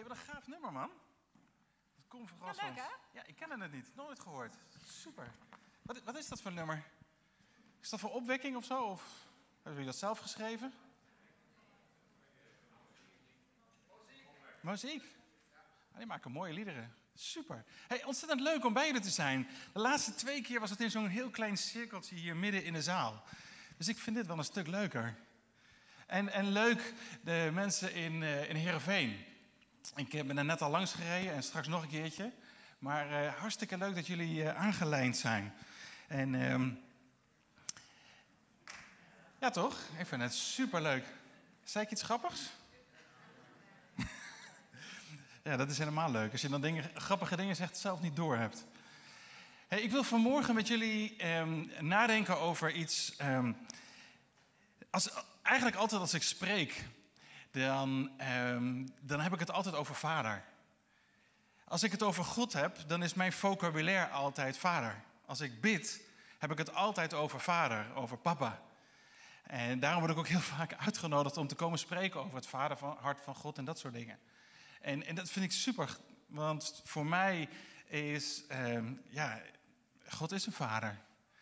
Hey, wat een gaaf nummer, man. Dat komt vooral Ja, leuk, hè? Ja, ik ken het niet. Nooit gehoord. Super. Wat is dat voor nummer? Is dat voor opwekking of zo? Of hebben jullie dat zelf geschreven? Muziek. Die maken mooie liederen. Super. Hey, ontzettend leuk om bij jullie te zijn. De laatste 2 keer was het in zo'n heel klein cirkeltje hier midden in de zaal. Dus ik vind dit wel een stuk leuker. En leuk de mensen in Heerenveen. Ik ben er net al langs gereden en straks nog een keertje. Maar hartstikke leuk dat jullie aangelijnd zijn. En ja toch? Ik vind het superleuk. Zei ik iets grappigs? Ja, dat is helemaal leuk. Als je dan grappige dingen zegt, zelf niet doorhebt. Hey, ik wil vanmorgen met jullie nadenken over iets. Eigenlijk altijd als ik spreek, dan heb ik het altijd over vader. Als ik het over God heb, dan is mijn vocabulaire altijd vader. Als ik bid, heb ik het altijd over vader, over papa. En daarom word ik ook heel vaak uitgenodigd om te komen spreken over het vaderhart van God en dat soort dingen. En dat vind ik super, want voor mij is, God is een vader.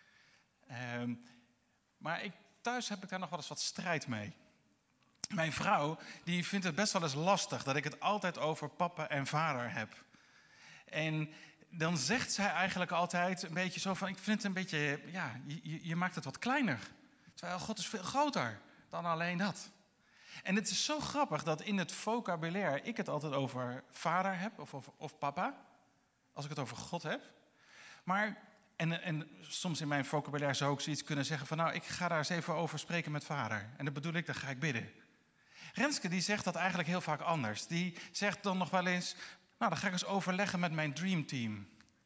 Maar thuis heb ik daar nog wel eens wat strijd mee. Mijn vrouw, die vindt het best wel eens lastig dat ik het altijd over papa en vader heb. En dan zegt zij eigenlijk altijd een beetje zo van, ik vind het een beetje, je maakt het wat kleiner. Terwijl God is veel groter dan alleen dat. En het is zo grappig dat in het vocabulaire ik het altijd over vader heb of papa. Als ik het over God heb. Maar, en soms in mijn vocabulaire zou ik zoiets kunnen zeggen van, nou, ik ga daar eens even over spreken met vader. En dat bedoel ik, dan ga ik bidden. Renske die zegt dat eigenlijk heel vaak anders. Die zegt dan nog wel eens, nou, dan ga ik eens overleggen met mijn dreamteam.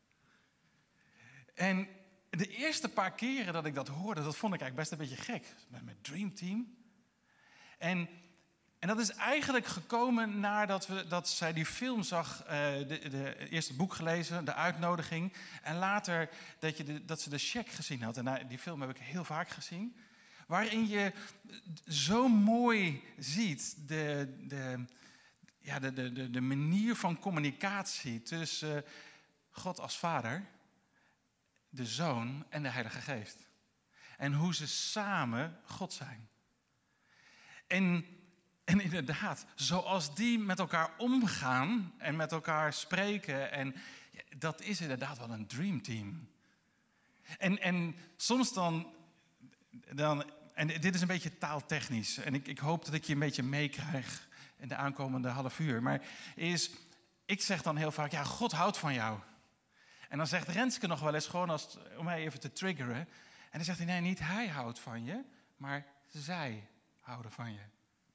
En de eerste paar keren dat ik dat hoorde, dat vond ik eigenlijk best een beetje gek. Met mijn dreamteam. En dat is eigenlijk gekomen nadat zij die film zag, de eerste boek gelezen, de uitnodiging. En later dat ze de check gezien had. En die film heb ik heel vaak gezien. Waarin je zo mooi ziet de manier van communicatie tussen God als vader, de Zoon en de Heilige Geest. En hoe ze samen God zijn. En inderdaad, zoals die met elkaar omgaan en met elkaar spreken. En dat is inderdaad wel een dreamteam. En soms dan, en dit is een beetje taaltechnisch. En ik hoop dat ik je een beetje meekrijg in de aankomende half uur. Maar ik zeg dan heel vaak, ja, God houdt van jou. En dan zegt Renske nog wel eens, gewoon om mij even te triggeren. En dan zegt hij, nee, niet hij houdt van je, maar zij houden van je.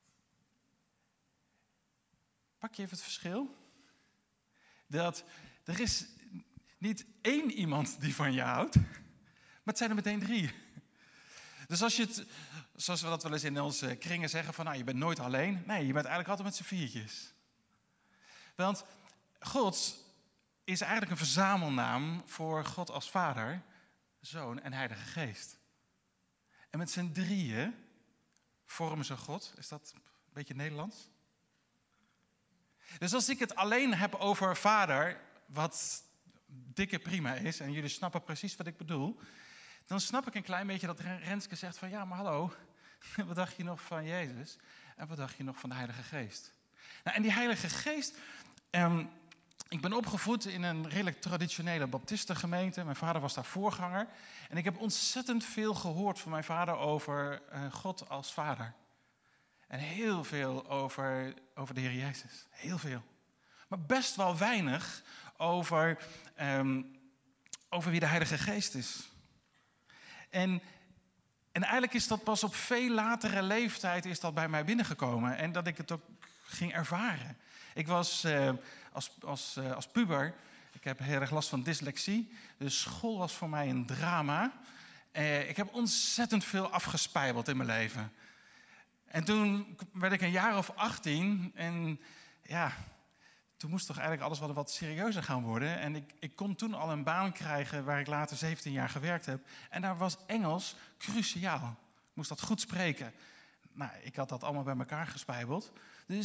Pak je even het verschil? Dat er is niet 1 iemand die van je houdt, maar het zijn er meteen 3. Dus als je het, zoals we dat wel eens in onze kringen zeggen, van nou, je bent nooit alleen. Nee, je bent eigenlijk altijd met z'n 4'tjes. Want God is eigenlijk een verzamelnaam voor God als Vader, Zoon en Heilige Geest. En met z'n 3 vormen ze God. Is dat een beetje Nederlands? Dus als ik het alleen heb over vader, wat dikke prima is, en jullie snappen precies wat ik bedoel, dan snap ik een klein beetje dat Renske zegt van, ja, maar hallo, wat dacht je nog van Jezus? En wat dacht je nog van de Heilige Geest? Nou, en die Heilige Geest, ik ben opgevoed in een redelijk traditionele baptistengemeente. Mijn vader was daar voorganger. En ik heb ontzettend veel gehoord van mijn vader over God als vader. En heel veel over de Heer Jezus. Heel veel. Maar best wel weinig over wie de Heilige Geest is. En eigenlijk is dat pas op veel latere leeftijd is dat bij mij binnengekomen. En dat ik het ook ging ervaren. Ik was als puber, ik heb heel erg last van dyslexie. Dus school was voor mij een drama. Ik heb ontzettend veel afgespijbeld in mijn leven. En toen werd ik een jaar of 18 en ja, toen moest toch eigenlijk alles wel wat serieuzer gaan worden. En ik kon toen al een baan krijgen waar ik later 17 jaar gewerkt heb. En daar was Engels cruciaal. Ik moest dat goed spreken. Nou, ik had dat allemaal bij elkaar gespijbeld. Dus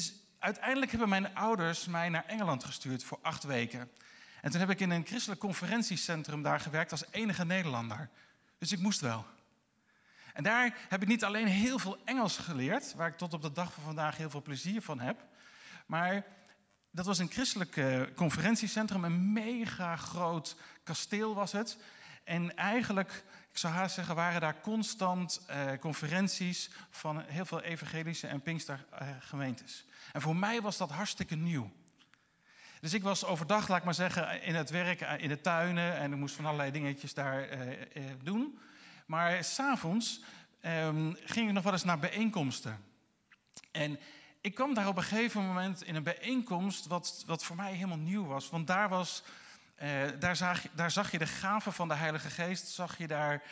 uiteindelijk hebben mijn ouders mij naar Engeland gestuurd voor 8 weken. En toen heb ik in een christelijk conferentiecentrum daar gewerkt als enige Nederlander. Dus ik moest wel. En daar heb ik niet alleen heel veel Engels geleerd, waar ik tot op de dag van vandaag heel veel plezier van heb. Maar dat was een christelijk conferentiecentrum, een mega groot kasteel was het. En eigenlijk, ik zou haast zeggen, waren daar constant conferenties van heel veel evangelische en Pinkstergemeentes. En voor mij was dat hartstikke nieuw. Dus ik was overdag, laat ik maar zeggen, in het werk, in de tuinen. En ik moest van allerlei dingetjes daar doen. Maar 's avonds ging ik nog wel eens naar bijeenkomsten. En ik kwam daar op een gegeven moment in een bijeenkomst wat voor mij helemaal nieuw was. Want daar zag je de gaven van de Heilige Geest, zag je daar,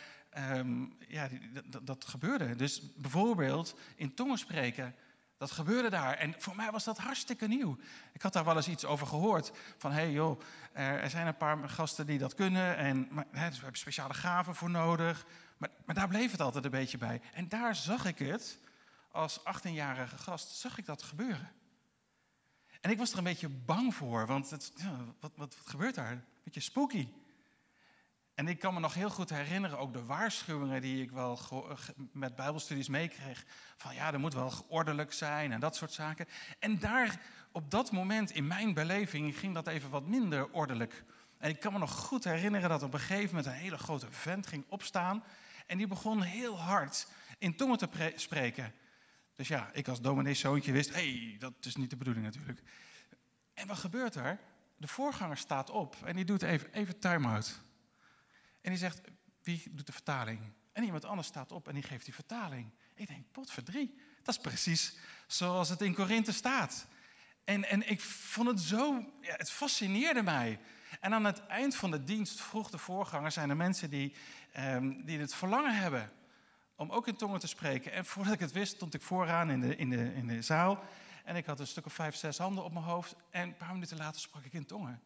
dat gebeurde. Dus bijvoorbeeld in tongen spreken, dat gebeurde daar. En voor mij was dat hartstikke nieuw. Ik had daar wel eens iets over gehoord. Van, er zijn een paar gasten die dat kunnen. Dus we hebben speciale gaven voor nodig. Maar daar bleef het altijd een beetje bij. En daar zag ik het, als 18-jarige gast, zag ik dat gebeuren. En ik was er een beetje bang voor. Want wat gebeurt daar? Een beetje spooky. En ik kan me nog heel goed herinneren, ook de waarschuwingen die ik wel met bijbelstudies meekreeg. Van er moet wel ordelijk zijn en dat soort zaken. En daar, op dat moment in mijn beleving, ging dat even wat minder ordelijk. En ik kan me nog goed herinneren dat op een gegeven moment een hele grote vent ging opstaan. En die begon heel hard in tongen te spreken. Dus ik als domineeszoontje wist, dat is niet de bedoeling natuurlijk. En wat gebeurt er? De voorganger staat op en die doet even time-out. En die zegt, wie doet de vertaling? En iemand anders staat op en die geeft die vertaling. Ik denk, potverdrie, dat is precies zoals het in Korinthe staat. En ik vond het zo, het fascineerde mij. En aan het eind van de dienst vroeg de voorganger, zijn er mensen die het verlangen hebben om ook in tongen te spreken. En voordat ik het wist, stond ik vooraan in de zaal. En ik had een stuk of 5, 6 handen op mijn hoofd. En een paar minuten later sprak ik in tongen.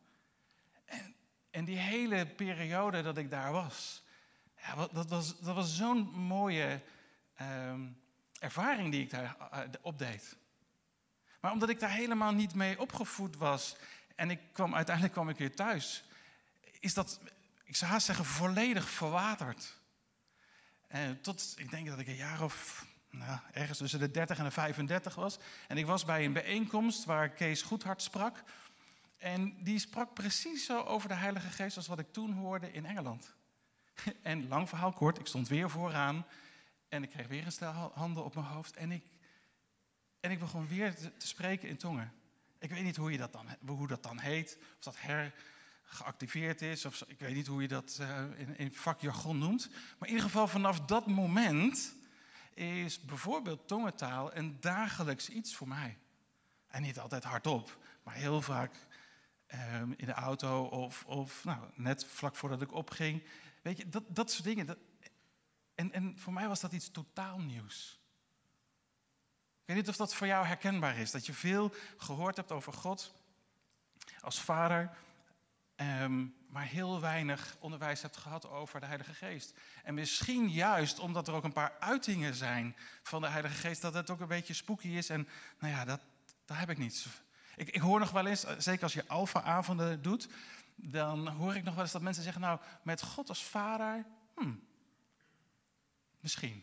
En die hele periode dat ik daar was, dat was zo'n mooie ervaring die ik daar opdeed. Maar omdat ik daar helemaal niet mee opgevoed was en uiteindelijk kwam ik weer thuis, is dat, ik zou haast zeggen, volledig verwaterd. Ik denk dat ik een jaar of ergens tussen de 30 en de 35 was. En ik was bij een bijeenkomst waar Kees Goedhart sprak. En die sprak precies zo over de Heilige Geest als wat ik toen hoorde in Engeland. En lang verhaal kort, ik stond weer vooraan en ik kreeg weer een stel handen op mijn hoofd. En ik begon weer te spreken in tongen. Ik weet niet hoe dat dan heet, of dat hergeactiveerd is, of ik weet niet hoe je dat in vakjargon noemt. Maar in ieder geval vanaf dat moment is bijvoorbeeld tongentaal een dagelijks iets voor mij. En niet altijd hardop, maar heel vaak in de auto of net vlak voordat ik opging. Weet je, dat soort dingen. En voor mij was dat iets totaal nieuws. Ik weet niet of dat voor jou herkenbaar is. Dat je veel gehoord hebt over God als vader, maar heel weinig onderwijs hebt gehad over de Heilige Geest. En misschien juist omdat er ook een paar uitingen zijn van de Heilige Geest, dat het ook een beetje spooky is. En dat heb ik niet. Ik hoor nog wel eens, zeker als je alfa-avonden doet, dan hoor ik nog wel eens dat mensen zeggen, met God als vader, misschien.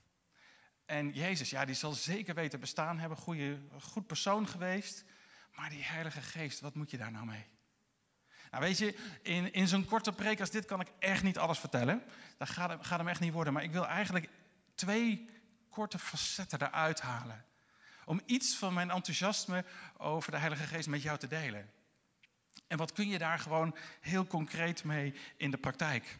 En Jezus, die zal zeker weten bestaan hebben, goed persoon geweest. Maar die Heilige Geest, wat moet je daar nou mee? Nou weet je, in zo'n korte preek als dit kan ik echt niet alles vertellen. Dat gaat hem echt niet worden. Maar ik wil eigenlijk 2 korte facetten eruit halen. Om iets van mijn enthousiasme over de Heilige Geest met jou te delen. En wat kun je daar gewoon heel concreet mee in de praktijk?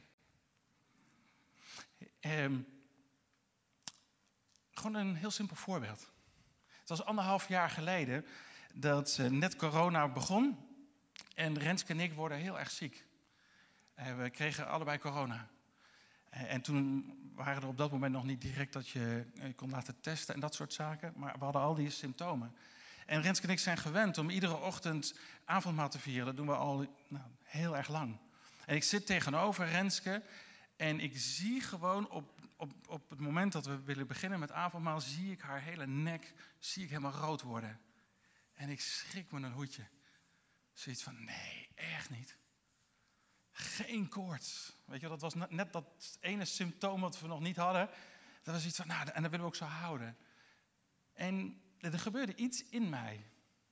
Gewoon een heel simpel voorbeeld. Het was 1,5 jaar geleden dat net corona begon. En Renske en ik worden heel erg ziek. We kregen allebei corona. En toen waren er op dat moment nog niet direct dat je kon laten testen en dat soort zaken. Maar we hadden al die symptomen. En Renske en ik zijn gewend om iedere ochtend avondmaal te vieren. Dat doen we al heel erg lang. En ik zit tegenover Renske en ik zie gewoon op het moment dat we willen beginnen met avondmaal, zie ik haar hele nek helemaal rood worden. En ik schrik me een hoedje. Zoiets van, nee, echt niet. Geen koorts. Weet je, dat was net dat ene symptoom wat we nog niet hadden. Dat was iets van, nou, en dat willen we ook zo houden. En er gebeurde iets in mij.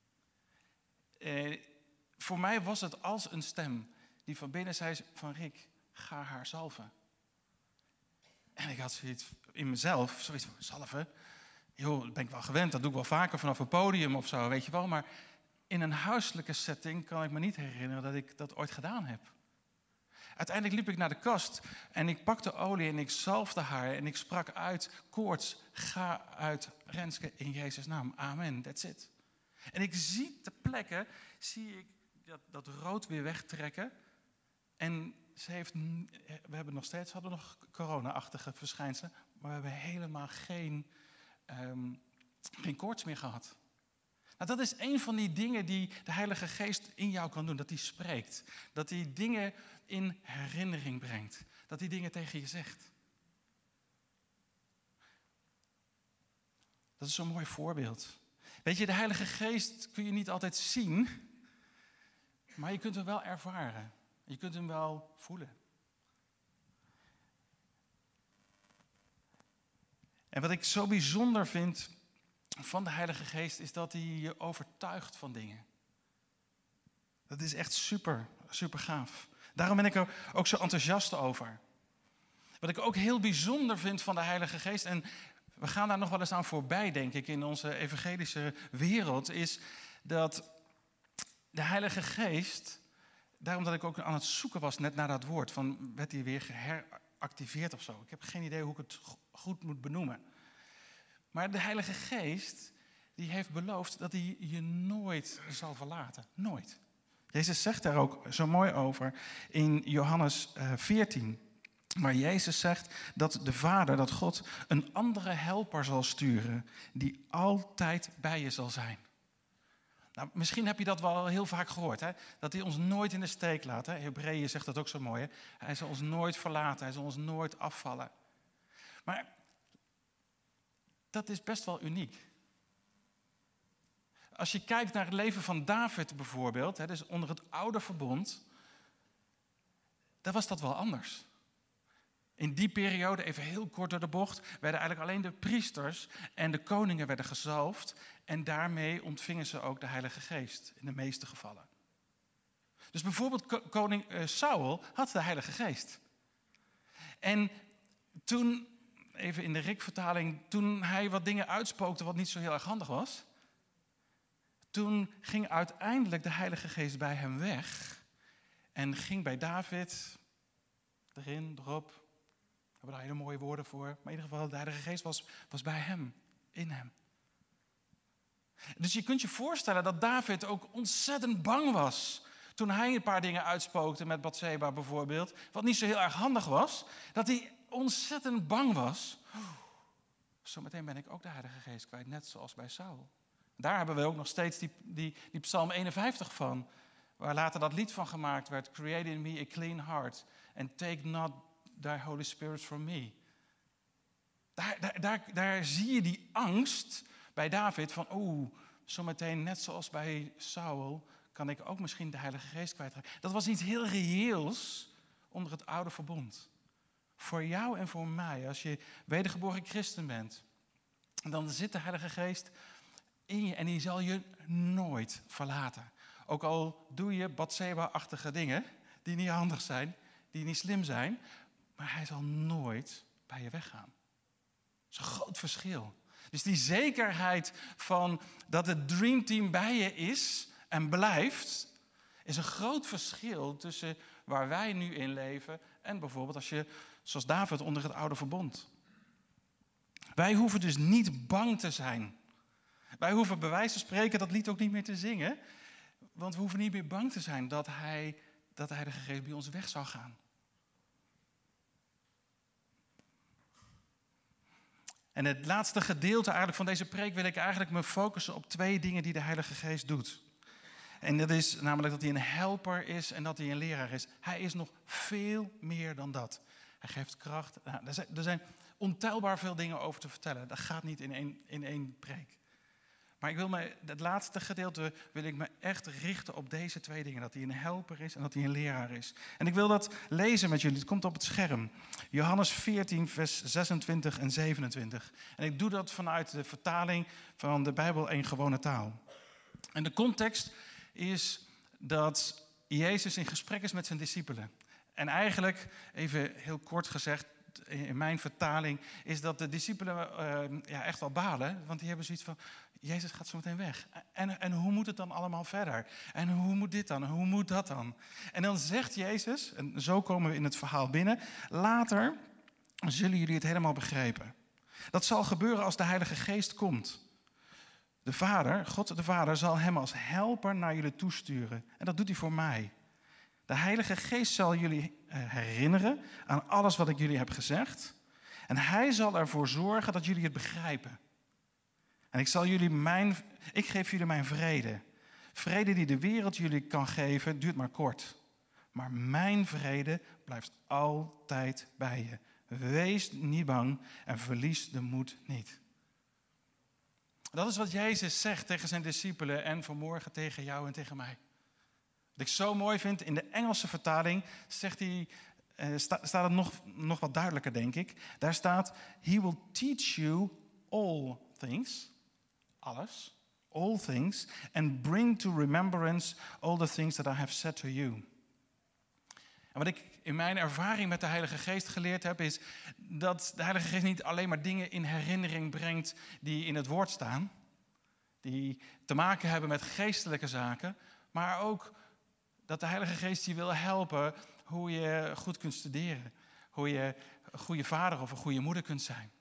Voor mij was het als een stem die van binnen zei van, Rick, ga haar zalven. En ik had zoiets in mezelf, zoiets van, zalven? Joh, dat ben ik wel gewend, dat doe ik wel vaker vanaf een podium of zo, weet je wel. Maar in een huiselijke setting kan ik me niet herinneren dat ik dat ooit gedaan heb. Uiteindelijk liep ik naar de kast en ik pakte olie en ik zalfde haar en ik sprak uit, koorts, ga uit Renske in Jezus' naam. Amen, that's it. En ik zie ter plekke, zie ik dat rood weer wegtrekken. En we hebben nog steeds, hadden nog corona-achtige verschijnselen, maar we hebben helemaal geen koorts meer gehad. Nou, dat is een van die dingen die de Heilige Geest in jou kan doen, dat hij spreekt. Dat hij dingen in herinnering brengt. Dat hij dingen tegen je zegt. Dat is zo'n mooi voorbeeld. Weet je, de Heilige Geest kun je niet altijd zien, maar je kunt hem wel ervaren. Je kunt hem wel voelen. En wat ik zo bijzonder vind van de Heilige Geest is dat hij je overtuigt van dingen. Dat is echt super, super gaaf. Daarom ben ik er ook zo enthousiast over. Wat ik ook heel bijzonder vind van de Heilige Geest, en we gaan daar nog wel eens aan voorbij, denk ik, in onze evangelische wereld, is dat de Heilige Geest, daarom dat ik ook aan het zoeken was net naar dat woord, van werd hij weer geheractiveerd of zo. Ik heb geen idee hoe ik het goed moet benoemen. Maar de Heilige Geest, die heeft beloofd dat hij je nooit zal verlaten. Nooit. Jezus zegt daar ook zo mooi over in Johannes 14. Maar Jezus zegt dat de Vader, dat God, een andere helper zal sturen die altijd bij je zal zijn. Nou, misschien heb je dat wel heel vaak gehoord, hè? Dat hij ons nooit in de steek laat. Hè? Hebreeën zegt dat ook zo mooi. Hè? Hij zal ons nooit verlaten, hij zal ons nooit afvallen. Maar dat is best wel uniek. Als je kijkt naar het leven van David bijvoorbeeld, hè, dus onder het oude verbond, dan was dat wel anders. In die periode, even heel kort door de bocht, werden eigenlijk alleen de priesters en de koningen werden gezalfd. En daarmee ontvingen ze ook de Heilige Geest, in de meeste gevallen. Dus bijvoorbeeld koning Saul had de Heilige Geest. En toen, even in de Rick-vertaling, toen hij wat dingen uitspookte wat niet zo heel erg handig was, toen ging uiteindelijk de Heilige Geest bij hem weg en ging bij David erin, erop. We hebben daar hele mooie woorden voor. Maar in ieder geval, de Heilige Geest was bij hem, in hem. Dus je kunt je voorstellen dat David ook ontzettend bang was toen hij een paar dingen uitspookte met Batseba bijvoorbeeld, wat niet zo heel erg handig was, dat hij ontzettend bang was. Zometeen ben ik ook de Heilige Geest kwijt, net zoals bij Saul. Daar hebben we ook nog steeds die Psalm 51 van, waar later dat lied van gemaakt werd. Create in me a clean heart and take not thy Holy Spirit from me. Daar zie je die angst bij David van, zometeen net zoals bij Saul kan ik ook misschien de Heilige Geest kwijtraken. Dat was iets heel reëels onder het oude verbond. Voor jou en voor mij, als je wedergeboren christen bent, dan zit de Heilige Geest in je en die zal je nooit verlaten. Ook al doe je Batseba-achtige dingen die niet handig zijn, die niet slim zijn, maar hij zal nooit bij je weggaan. Dat is een groot verschil. Dus die zekerheid van dat het dreamteam bij je is en blijft, is een groot verschil tussen waar wij nu in leven en bijvoorbeeld als je, zoals David, onder het oude verbond. Wij hoeven dus niet bang te zijn. Wij hoeven bij wijze van spreken dat lied ook niet meer te zingen, want we hoeven niet meer bang te zijn dat de Heilige Geest bij ons weg zou gaan. En het laatste gedeelte eigenlijk van deze preek wil ik eigenlijk me focussen op 2 dingen die de Heilige Geest doet. En dat is namelijk dat hij een helper is en dat hij een leraar is. Hij is nog veel meer dan dat. Hij geeft kracht. Nou, er zijn ontelbaar veel dingen over te vertellen. Dat gaat niet in één preek. Maar het laatste gedeelte wil ik me echt richten op deze twee dingen. Dat hij een helper is en dat hij een leraar is. En ik wil dat lezen met jullie. Het komt op het scherm. Johannes 14, vers 26 en 27. En ik doe dat vanuit de vertaling van de Bijbel in gewone taal. En de context is dat Jezus in gesprek is met zijn discipelen. En eigenlijk, even heel kort gezegd, in mijn vertaling, is dat de discipelen echt wel balen. Want die hebben zoiets van, Jezus gaat zo meteen weg. En hoe moet het dan allemaal verder? En hoe moet dit dan? En hoe moet dat dan? En dan zegt Jezus, en zo komen we in het verhaal binnen, later zullen jullie het helemaal begrijpen. Dat zal gebeuren als de Heilige Geest komt. De Vader, God de Vader, zal hem als helper naar jullie toesturen. En dat doet hij voor mij. De Heilige Geest zal jullie herinneren aan alles wat ik jullie heb gezegd. En hij zal ervoor zorgen dat jullie het begrijpen. En ik geef jullie mijn vrede. Vrede die de wereld jullie kan geven, duurt maar kort. Maar mijn vrede blijft altijd bij je. Wees niet bang en verlies de moed niet. Dat is wat Jezus zegt tegen zijn discipelen en vanmorgen tegen jou en tegen mij. Wat ik zo mooi vind, in de Engelse vertaling staat het nog wat duidelijker, denk ik. Daar staat, he will teach you all things, alles, all things, and bring to remembrance all the things that I have said to you. En wat ik in mijn ervaring met de Heilige Geest geleerd heb, is dat de Heilige Geest niet alleen maar dingen in herinnering brengt die in het woord staan, die te maken hebben met geestelijke zaken, maar ook dat de Heilige Geest je wil helpen hoe je goed kunt studeren. Hoe je een goede vader of een goede moeder kunt zijn.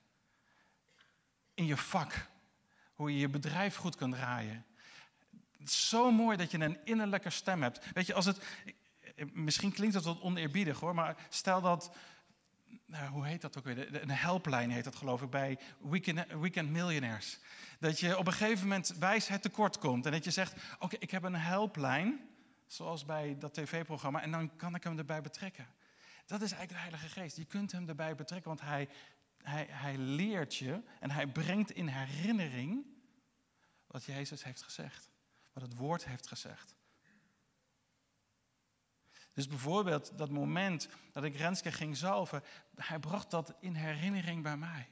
In je vak. Hoe je je bedrijf goed kunt draaien. Het is zo mooi dat je een innerlijke stem hebt. Weet je, misschien klinkt het wat oneerbiedig hoor, maar stel dat, hoe heet dat ook weer? Een helpline heet dat geloof ik bij Weekend Millionaires. Dat je op een gegeven moment wijsheid tekort komt en dat je zegt, oké, ik heb een helpline. Zoals bij dat tv-programma. En dan kan ik hem erbij betrekken. Dat is eigenlijk de Heilige Geest. Je kunt hem erbij betrekken. Want hij leert je. En hij brengt in herinnering. Wat Jezus heeft gezegd. Wat het woord heeft gezegd. Dus bijvoorbeeld dat moment dat ik Renske ging zalven. Hij bracht dat in herinnering bij mij.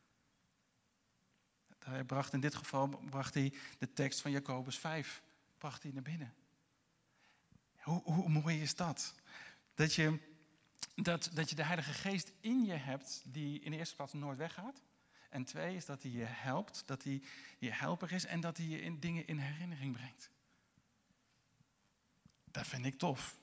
In dit geval bracht hij de tekst van Jacobus 5. Bracht hij naar binnen. Hoe mooi is dat? Dat je de Heilige Geest in je hebt die in de eerste plaats nooit weggaat. En twee is dat hij je helpt, dat hij je helper is en dat hij je dingen in herinnering brengt. Dat vind ik tof.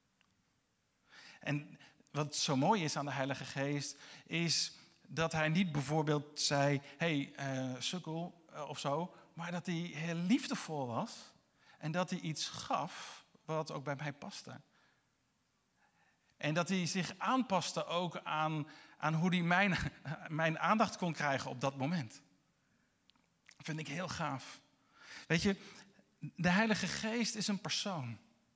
En wat zo mooi is aan de Heilige Geest is dat hij niet bijvoorbeeld zei, sukkel of zo, maar dat hij heel liefdevol was en dat hij iets gaf wat ook bij mij paste. En dat hij zich aanpaste ook aan hoe hij mijn aandacht kon krijgen op dat moment. Dat vind ik heel gaaf. Weet je, de Heilige Geest is een persoon.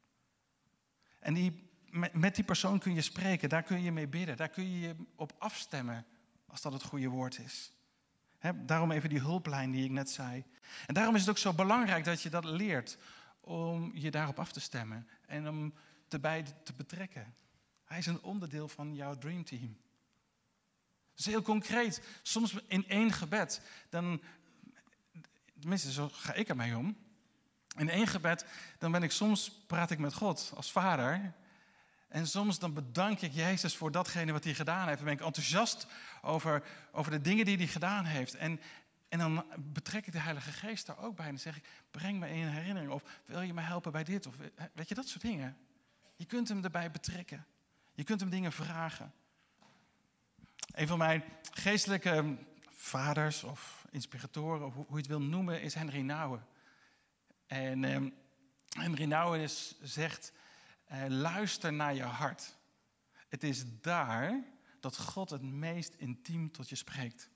En met die persoon kun je spreken, daar kun je mee bidden. Daar kun je je op afstemmen, als dat het goede woord is. Daarom even die hulplijn die ik net zei. En daarom is het ook zo belangrijk dat je dat leert om je daarop af te stemmen en om erbij te betrekken. Hij is een onderdeel van jouw dreamteam. Dat is heel concreet. Soms in één gebed, tenminste zo ga ik ermee om. In één gebed, praat ik met God als vader. En soms dan bedank ik Jezus voor datgene wat hij gedaan heeft. Dan ben ik enthousiast over de dingen die hij gedaan heeft. En dan betrek ik de Heilige Geest daar ook bij. En dan zeg ik, breng me in herinnering. Of wil je me helpen bij dit? Of weet je, dat soort dingen. Je kunt hem erbij betrekken. Je kunt hem dingen vragen. Een van mijn geestelijke vaders of inspiratoren, of hoe je het wil noemen, is Henry Nouwen. En Henry Nouwen zegt, luister naar je hart. Het is daar dat God het meest intiem tot je spreekt.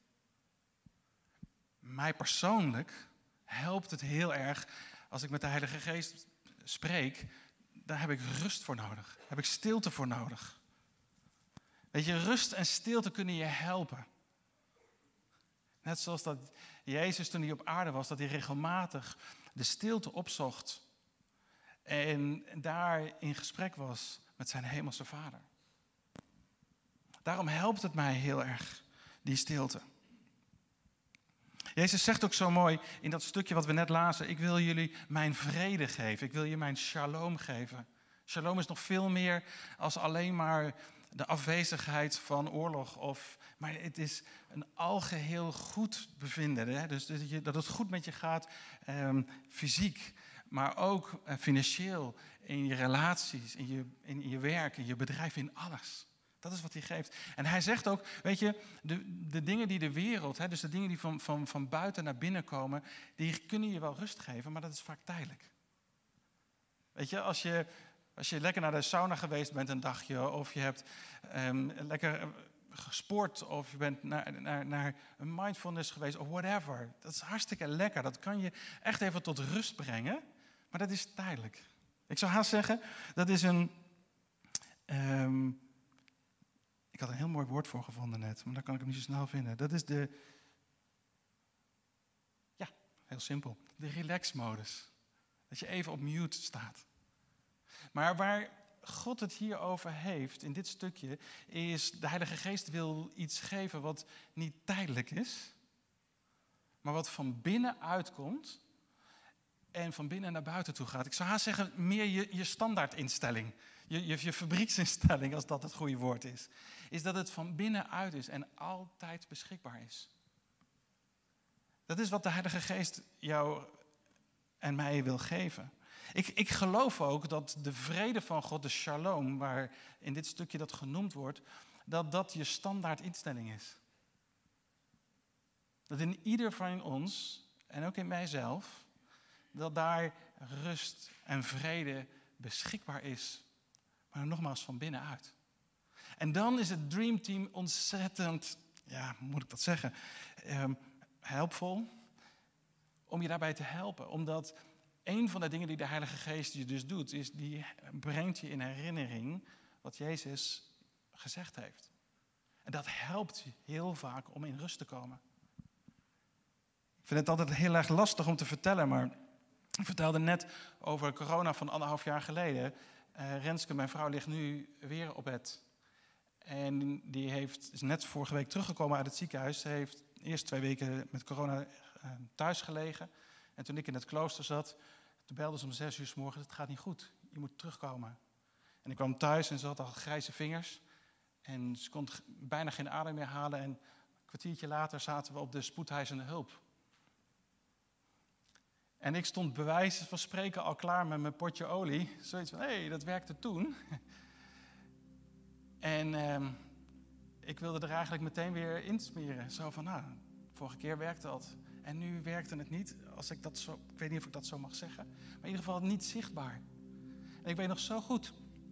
Mij persoonlijk helpt het heel erg als ik met de Heilige Geest spreek. Daar heb ik rust voor nodig. Daar heb ik stilte voor nodig. Weet je, rust en stilte kunnen je helpen. Net zoals dat Jezus, toen hij op aarde was, dat hij regelmatig de stilte opzocht en daar in gesprek was met zijn hemelse Vader. Daarom helpt het mij heel erg, die stilte. Jezus zegt ook zo mooi in dat stukje wat we net lazen: ik wil jullie mijn vrede geven, ik wil je mijn shalom geven. Shalom is nog veel meer als alleen maar de afwezigheid van oorlog. Maar het is een algeheel goed bevinden. Hè? Dus dat het goed met je gaat, fysiek, maar ook financieel, in je relaties, in je werk, in je bedrijf, in alles. Dat is wat hij geeft. En hij zegt ook, weet je, de dingen die de wereld, hè, dus de dingen die van buiten naar binnen komen, die kunnen je wel rust geven, maar dat is vaak tijdelijk. Weet je, als je lekker naar de sauna geweest bent een dagje, of je hebt lekker gesport, of je bent naar een mindfulness geweest, of whatever. Dat is hartstikke lekker. Dat kan je echt even tot rust brengen, maar dat is tijdelijk. Ik zou haast zeggen, dat is een... ik had een heel mooi woord voor gevonden net, maar daar kan ik hem niet zo snel vinden. Dat is heel simpel, de relax-modus. Dat je even op mute staat. Maar waar God het hier over heeft, in dit stukje, is de Heilige Geest wil iets geven wat niet tijdelijk is, maar wat van binnen uitkomt en van binnen naar buiten toe gaat. Ik zou haast zeggen, meer je standaardinstelling, je fabrieksinstelling, als dat het goede woord is. Is dat het van binnenuit is en altijd beschikbaar is. Dat is wat de Heilige Geest jou en mij wil geven. Ik geloof ook dat de vrede van God, de shalom, waar in dit stukje dat genoemd wordt, dat je standaard instelling is. Dat in ieder van ons, en ook in mijzelf, dat daar rust en vrede beschikbaar is. Maar nogmaals van binnenuit. En dan is het Dream Team ontzettend, hoe moet ik dat zeggen, helpvol om je daarbij te helpen. Omdat een van de dingen die de Heilige Geest je dus doet, is die brengt je in herinnering wat Jezus gezegd heeft. En dat helpt je heel vaak om in rust te komen. Ik vind het altijd heel erg lastig om te vertellen, maar ik vertelde net over corona van 1,5 jaar geleden. Renske, mijn vrouw, ligt nu weer op bed. En die is net vorige week teruggekomen uit het ziekenhuis. Ze heeft eerst 2 weken met corona thuis gelegen. En toen ik in het klooster zat, toen belde ze om 6 uur 's morgens: het gaat niet goed, je moet terugkomen. En ik kwam thuis en ze had al grijze vingers. En ze kon bijna geen adem meer halen. En een kwartiertje later zaten we op de spoedeisende hulp. En ik stond bij wijze van spreken al klaar met mijn potje olie. Zoiets van, hé, dat werkte toen. En ik wilde er eigenlijk meteen weer insmeren. Zo van, vorige keer werkte dat. En nu werkte het niet. Ik weet niet of ik dat zo mag zeggen. Maar in ieder geval niet zichtbaar. En ik weet nog zo goed.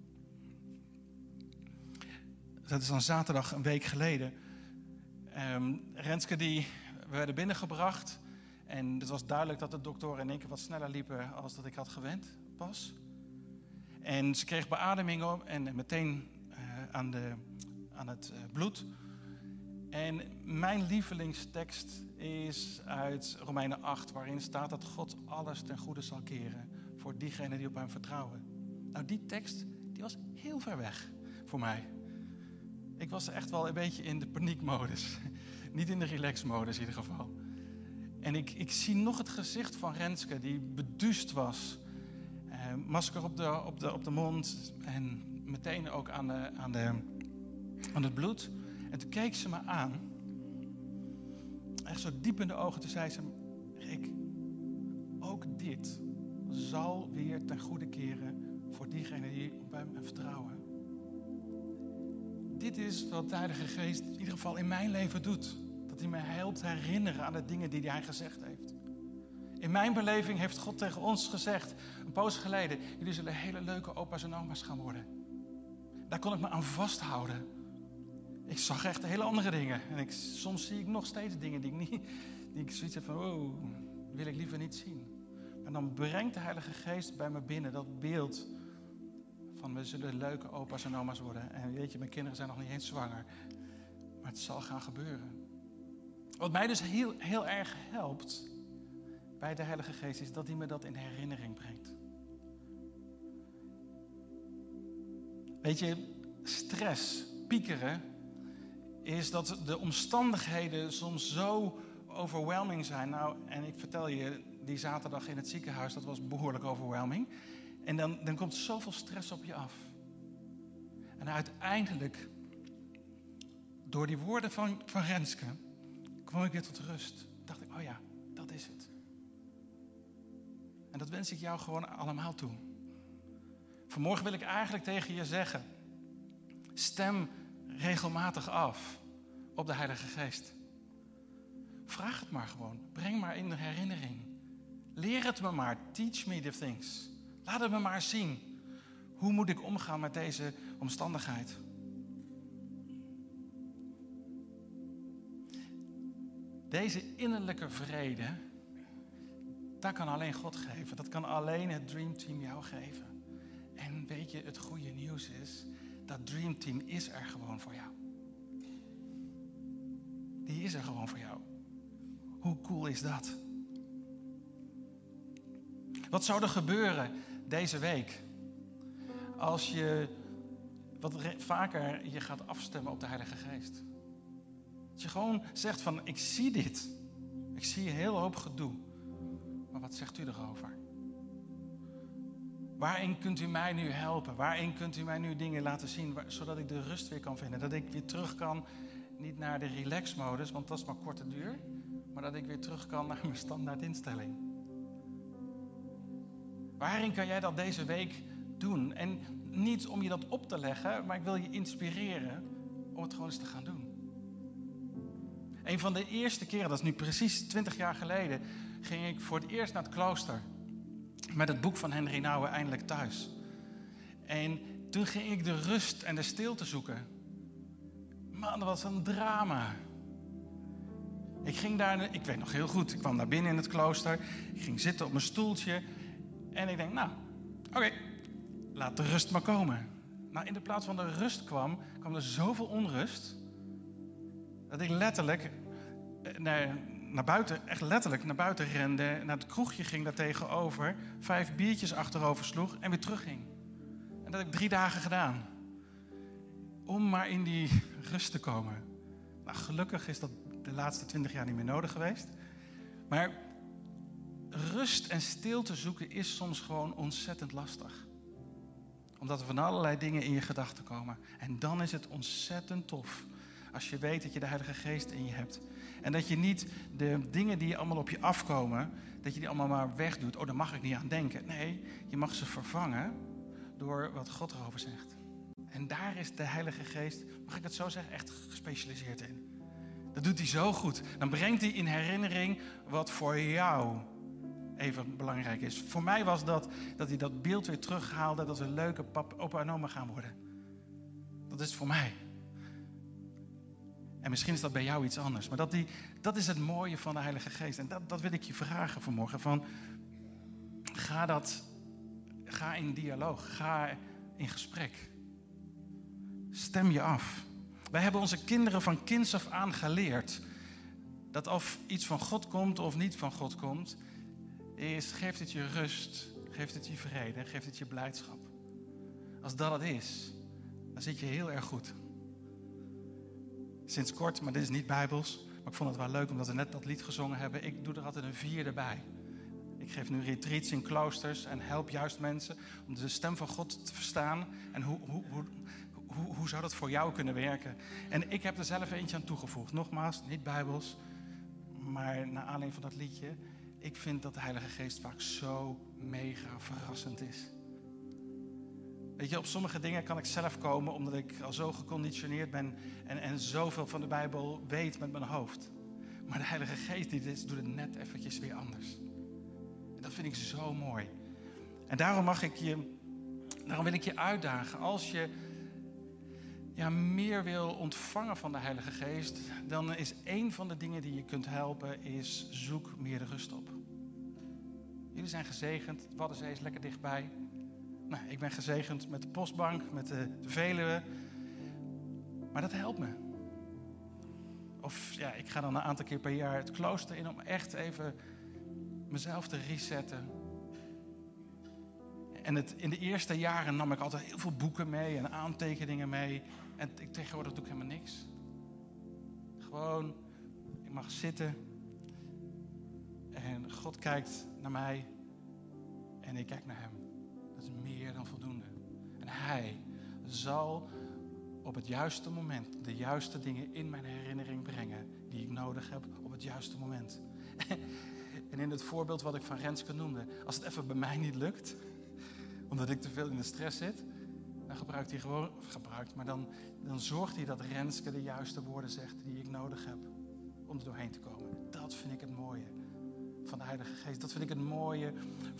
Dat is dan zaterdag een week geleden. Renske, we werden binnengebracht. En het was duidelijk dat de doktoren in één keer wat sneller liepen als dat ik had gewend pas. En ze kreeg beademing op en meteen aan het bloed. En mijn lievelingstekst is uit Romeinen 8, waarin staat dat God alles ten goede zal keren voor diegenen die op hem vertrouwen. Nou, die tekst die was heel ver weg voor mij. Ik was echt wel een beetje in de paniekmodus. Niet in de relaxmodus in ieder geval. En ik zie nog het gezicht van Renske, die beduust was. Masker op de mond en meteen ook aan het bloed. En toen keek ze me aan. Echt zo diep in de ogen. Toen zei ze: Rick, ook dit zal weer ten goede keren voor diegenen die op hem vertrouwen. Dit is wat de Heilige Geest in ieder geval in mijn leven doet. Dat hij me helpt herinneren aan de dingen die hij gezegd heeft. In mijn beleving heeft God tegen ons gezegd, een poos geleden: jullie zullen hele leuke opa's en oma's gaan worden. Daar kon ik me aan vasthouden. Ik zag echt hele andere dingen. En soms zie ik nog steeds dingen die ik zoiets heb van, dat wil ik liever niet zien. Maar dan brengt de Heilige Geest bij me binnen dat beeld van: we zullen leuke opa's en oma's worden. En weet je, mijn kinderen zijn nog niet eens zwanger. Maar het zal gaan gebeuren. Wat mij dus heel erg helpt bij de Heilige Geest is dat hij me dat in herinnering brengt. Weet je, stress, piekeren, is dat de omstandigheden soms zo overwhelming zijn. Nou, en ik vertel je, die zaterdag in het ziekenhuis, dat was behoorlijk overwhelming. En dan komt zoveel stress op je af. En uiteindelijk, door die woorden van Renske, kwam ik weer tot rust. Dacht ik, oh ja, dat is het. En dat wens ik jou gewoon allemaal toe. Vanmorgen wil ik eigenlijk tegen je zeggen, stem regelmatig af op de Heilige Geest. Vraag het maar gewoon. Breng maar in de herinnering. Leer het me maar. Teach me the things. Laat het me maar zien. Hoe moet ik omgaan met deze omstandigheid? Deze innerlijke vrede, dat kan alleen God geven. Dat kan alleen het Dream Team jou geven. En weet je, het goede nieuws is, dat Dream Team is er gewoon voor jou. Die is er gewoon voor jou. Hoe cool is dat? Wat zou er gebeuren deze week als je wat vaker je gaat afstemmen op de Heilige Geest? Dat je gewoon zegt van, ik zie dit. Ik zie een hele hoop gedoe. Maar wat zegt u erover? Waarin kunt u mij nu helpen? Waarin kunt u mij nu dingen laten zien, zodat ik de rust weer kan vinden? Dat ik weer terug kan, niet naar de relax-modus, want dat is maar korte duur. Maar dat ik weer terug kan naar mijn standaard instelling. Waarin kan jij dat deze week doen? En niet om je dat op te leggen, maar ik wil je inspireren om het gewoon eens te gaan doen. Een van de eerste keren, dat is nu precies 20 jaar geleden, ging ik voor het eerst naar het klooster. Met het boek van Henry Nouwen, Eindelijk Thuis. En toen ging ik de rust en de stilte zoeken. Man, dat was een drama. Ik weet nog heel goed, ik kwam daar binnen in het klooster. Ik ging zitten op mijn stoeltje. En ik denk, nou, oké, laat de rust maar komen. Nou, in de plaats van de rust kwam er zoveel onrust. Dat ik letterlijk naar buiten, echt letterlijk naar buiten rende. Naar het kroegje ging daar tegenover. 5 biertjes achterover sloeg en weer terugging. En dat heb ik 3 dagen gedaan. Om maar in die rust te komen. Nou, gelukkig is dat de laatste 20 jaar niet meer nodig geweest. Maar rust en stilte zoeken is soms gewoon ontzettend lastig. Omdat er van allerlei dingen in je gedachten komen. En dan is het ontzettend tof als je weet dat je de Heilige Geest in je hebt. En dat je niet de dingen die allemaal op je afkomen, dat je die allemaal maar wegdoet. Oh, daar mag ik niet aan denken. Nee, je mag ze vervangen door wat God erover zegt. En daar is de Heilige Geest, mag ik dat zo zeggen, echt gespecialiseerd in. Dat doet hij zo goed. Dan brengt hij in herinnering wat voor jou even belangrijk is. Voor mij was dat hij dat beeld weer terughaalde, dat we leuke opa en oma gaan worden. Dat is voor mij. En misschien is dat bij jou iets anders. Maar dat is het mooie van de Heilige Geest. En dat wil ik je vragen vanmorgen. Van, ga in dialoog. Ga in gesprek. Stem je af. Wij hebben onze kinderen van kinds af aan geleerd dat of iets van God komt of niet van God komt, geeft het je rust, geeft het je vrede, geeft het je blijdschap. Als dat het is, dan zit je heel erg goed. Sinds kort, maar dit is niet bijbels, maar ik vond het wel leuk omdat we net dat lied gezongen hebben. Ik doe er altijd een 4 erbij. Ik geef nu retreats in kloosters en help juist mensen om de stem van God te verstaan. En hoe zou dat voor jou kunnen werken? En ik heb er zelf eentje aan toegevoegd. Nogmaals, niet bijbels, maar naar aanleiding van dat liedje. Ik vind dat de Heilige Geest vaak zo mega verrassend is. Weet je, op sommige dingen kan ik zelf komen omdat ik al zo geconditioneerd ben en zoveel van de Bijbel weet met mijn hoofd. Maar de Heilige Geest doet het net eventjes weer anders. En dat vind ik zo mooi. En daarom wil ik je uitdagen. Als je meer wil ontvangen van de Heilige Geest, dan is een van de dingen die je kunt helpen, is zoek meer de rust op. Jullie zijn gezegend, de Waddenzee is lekker dichtbij. Nou, ik ben gezegend met de postbank, met de Veluwe. Maar dat helpt me. Of ja, ik ga dan een aantal keer per jaar het klooster in om echt even mezelf te resetten. En in de eerste jaren nam ik altijd heel veel boeken mee en aantekeningen mee. En tegenwoordig doe ik helemaal niks. Gewoon, ik mag zitten. En God kijkt naar mij. En ik kijk naar hem. Dat is meer dan voldoende. En hij zal op het juiste moment de juiste dingen in mijn herinnering brengen die ik nodig heb op het juiste moment. En in het voorbeeld wat ik van Renske noemde, als het even bij mij niet lukt, omdat ik te veel in de stress zit, dan dan zorgt hij dat Renske de juiste woorden zegt die ik nodig heb om er doorheen te komen. Dat vind ik het mooie van de Heilige Geest. Dat vind ik het mooie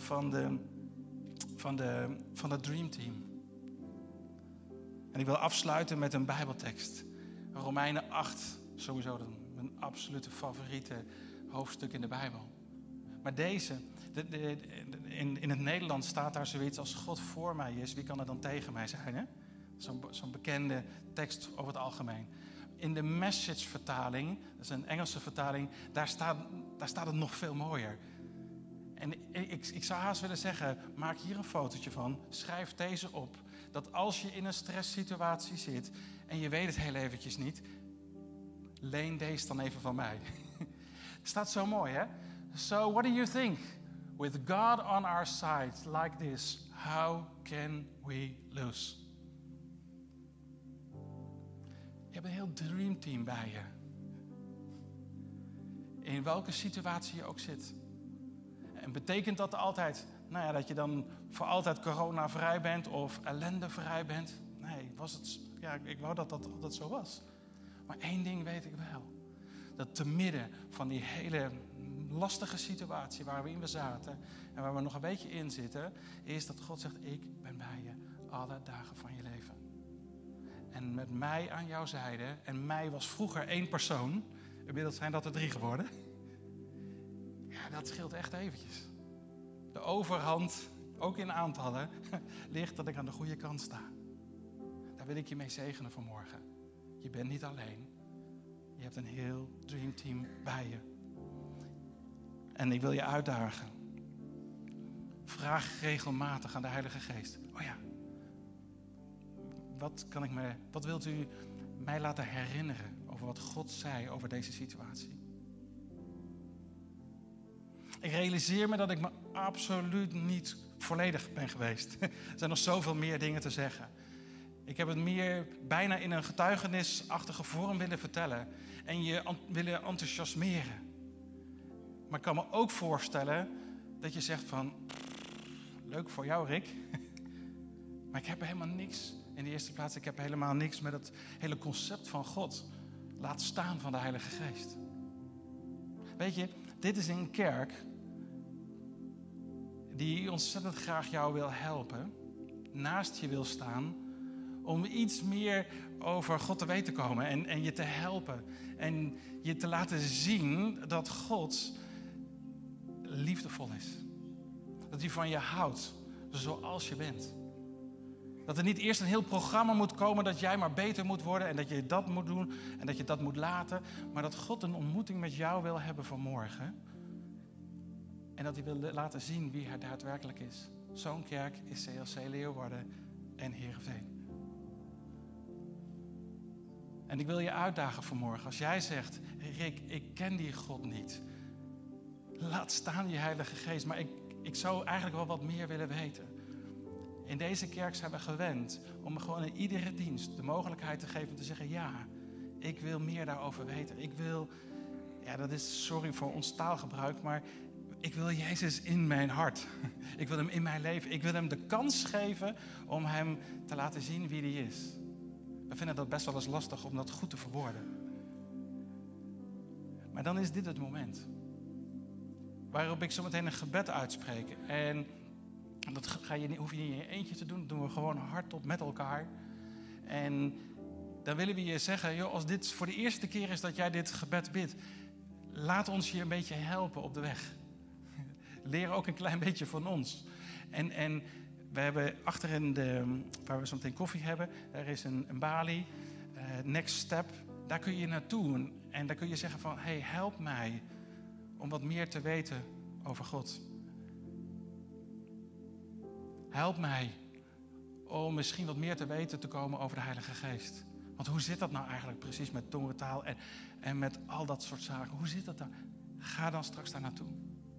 van het Dream Team. En ik wil afsluiten met een Bijbeltekst. Romeinen 8, sowieso mijn absolute favoriete hoofdstuk in de Bijbel. Maar deze, in het Nederlands staat daar zoiets als God voor mij is. Wie kan er dan tegen mij zijn? Hè? Zo'n bekende tekst over het algemeen. In de Message-vertaling, dat is een Engelse vertaling, daar staat het nog veel mooier. En ik zou haast willen zeggen, maak hier een fotootje van, schrijf deze op. Dat als je in een stresssituatie zit en je weet het heel eventjes niet, leen deze dan even van mij. Staat zo mooi, hè? So, what do you think? With God on our side, like this, how can we lose? Je hebt een heel dreamteam bij je. In welke situatie je ook zit. En betekent dat altijd, dat je dan voor altijd coronavrij bent of ellendevrij bent? Nee, ik wou dat dat altijd zo was. Maar één ding weet ik wel. Dat te midden van die hele lastige situatie waar we in zaten en waar we nog een beetje in zitten, is dat God zegt, ik ben bij je alle dagen van je leven. En met mij aan jouw zijde, en mij was vroeger 1 persoon, inmiddels zijn dat er 3 geworden. Ja, dat scheelt echt eventjes. De overhand, ook in aantallen, ligt dat ik aan de goede kant sta. Daar wil ik je mee zegenen vanmorgen. Je bent niet alleen. Je hebt een heel dreamteam bij je. En ik wil je uitdagen. Vraag regelmatig aan de Heilige Geest. Oh ja, wat wilt u mij laten herinneren over wat God zei over deze situatie? Ik realiseer me dat ik me absoluut niet volledig ben geweest. Er zijn nog zoveel meer dingen te zeggen. Ik heb het meer bijna in een getuigenisachtige vorm willen vertellen. En je willen enthousiasmeren. Maar ik kan me ook voorstellen dat je zegt van, leuk voor jou Rick. Maar ik heb helemaal niks. In de eerste plaats, ik heb helemaal niks met het hele concept van God. Laat staan van de Heilige Geest. Weet je, dit is een kerk die ontzettend graag jou wil helpen. Naast je wil staan. Om iets meer over God te weten te komen. En je te helpen. En je te laten zien dat God liefdevol is. Dat hij van je houdt. Zoals je bent. Dat er niet eerst een heel programma moet komen dat jij maar beter moet worden. En dat je dat moet doen. En dat je dat moet laten. Maar dat God een ontmoeting met jou wil hebben vanmorgen. En dat hij wil laten zien wie hij daadwerkelijk is. Zo'n kerk is CLC Leeuwarden en Heerenveen. En ik wil je uitdagen vanmorgen. Als jij zegt, Rick, ik ken die God niet. Laat staan die Heilige Geest. Maar ik zou eigenlijk wel wat meer willen weten. In deze kerk zijn we gewend om gewoon in iedere dienst de mogelijkheid te geven om te zeggen, ja, ik wil meer daarover weten. Ik wil, dat is, sorry voor ons taalgebruik, maar ik wil Jezus in mijn hart. Ik wil hem in mijn leven. Ik wil hem de kans geven om hem te laten zien wie hij is. We vinden dat best wel eens lastig om dat goed te verwoorden. Maar dan is dit het moment. Waarop ik zo meteen een gebed uitspreek. En dat hoef je niet in je eentje te doen. Dat doen we gewoon hardop met elkaar. En dan willen we je zeggen, joh, als dit voor de eerste keer is dat jij dit gebed bidt, laat ons je een beetje helpen op de weg. Leer ook een klein beetje van ons. En we hebben achterin waar we zo meteen koffie hebben, er is een balie, next step. daar kun je naartoe en daar kun je zeggen van, hey, help mij om wat meer te weten over God. Help mij om misschien wat meer te weten te komen over de Heilige Geest. Want hoe zit dat nou eigenlijk precies met tongentaal en met al dat soort zaken? Hoe zit dat dan? Ga dan straks daar naartoe.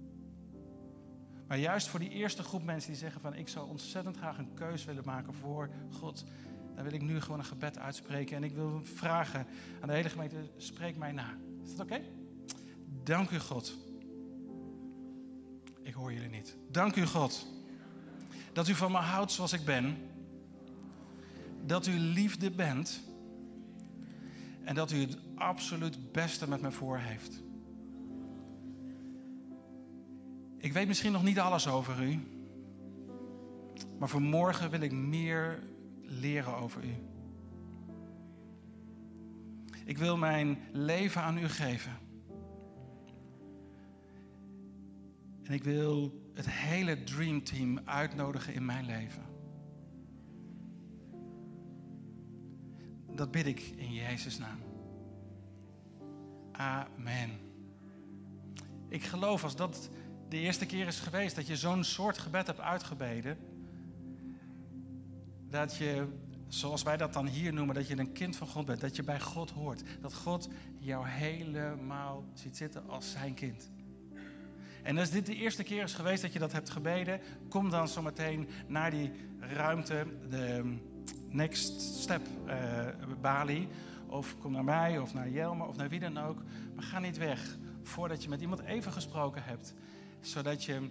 Maar juist voor die eerste groep mensen die zeggen van, ik zou ontzettend graag een keus willen maken voor God. Dan wil ik nu gewoon een gebed uitspreken. En ik wil vragen aan de hele gemeente, spreek mij na. Is dat oké? Dank u, God. Ik hoor jullie niet. Dank u, God. Dat u van me houdt zoals ik ben. Dat u liefde bent. En dat u het absoluut beste met me voor heeft. Ik weet misschien nog niet alles over u. Maar vanmorgen wil ik meer leren over u. Ik wil mijn leven aan u geven. En ik wil het hele Dream Team uitnodigen in mijn leven. Dat bid ik in Jezus' naam. Amen. Ik geloof als dat de eerste keer is geweest dat je zo'n soort gebed hebt uitgebeden, dat je, zoals wij dat dan hier noemen, dat je een kind van God bent, dat je bij God hoort. Dat God jou helemaal ziet zitten als zijn kind. En als dit de eerste keer is geweest dat je dat hebt gebeden, kom dan zometeen naar die ruimte, de Next Step balie. Of kom naar mij, of naar Jelmer, of naar wie dan ook. Maar ga niet weg voordat je met iemand even gesproken hebt. Zodat je,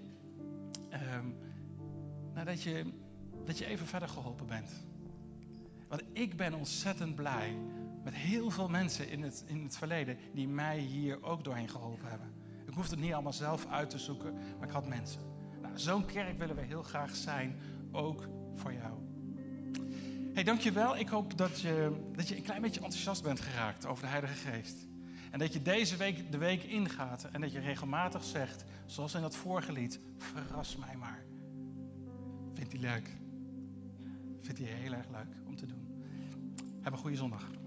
dat je even verder geholpen bent. Want ik ben ontzettend blij met heel veel mensen in het verleden die mij hier ook doorheen geholpen hebben. Ik hoefde het niet allemaal zelf uit te zoeken, maar ik had mensen. Nou, zo'n kerk willen we heel graag zijn, ook voor jou. Hey, dankjewel. Ik hoop dat je een klein beetje enthousiast bent geraakt over de Heilige Geest. En dat je deze week de week ingaat en dat je regelmatig zegt, zoals in dat vorige lied, verras mij maar. Vindt hij leuk? Vindt hij heel erg leuk om te doen. Heb een goede zondag.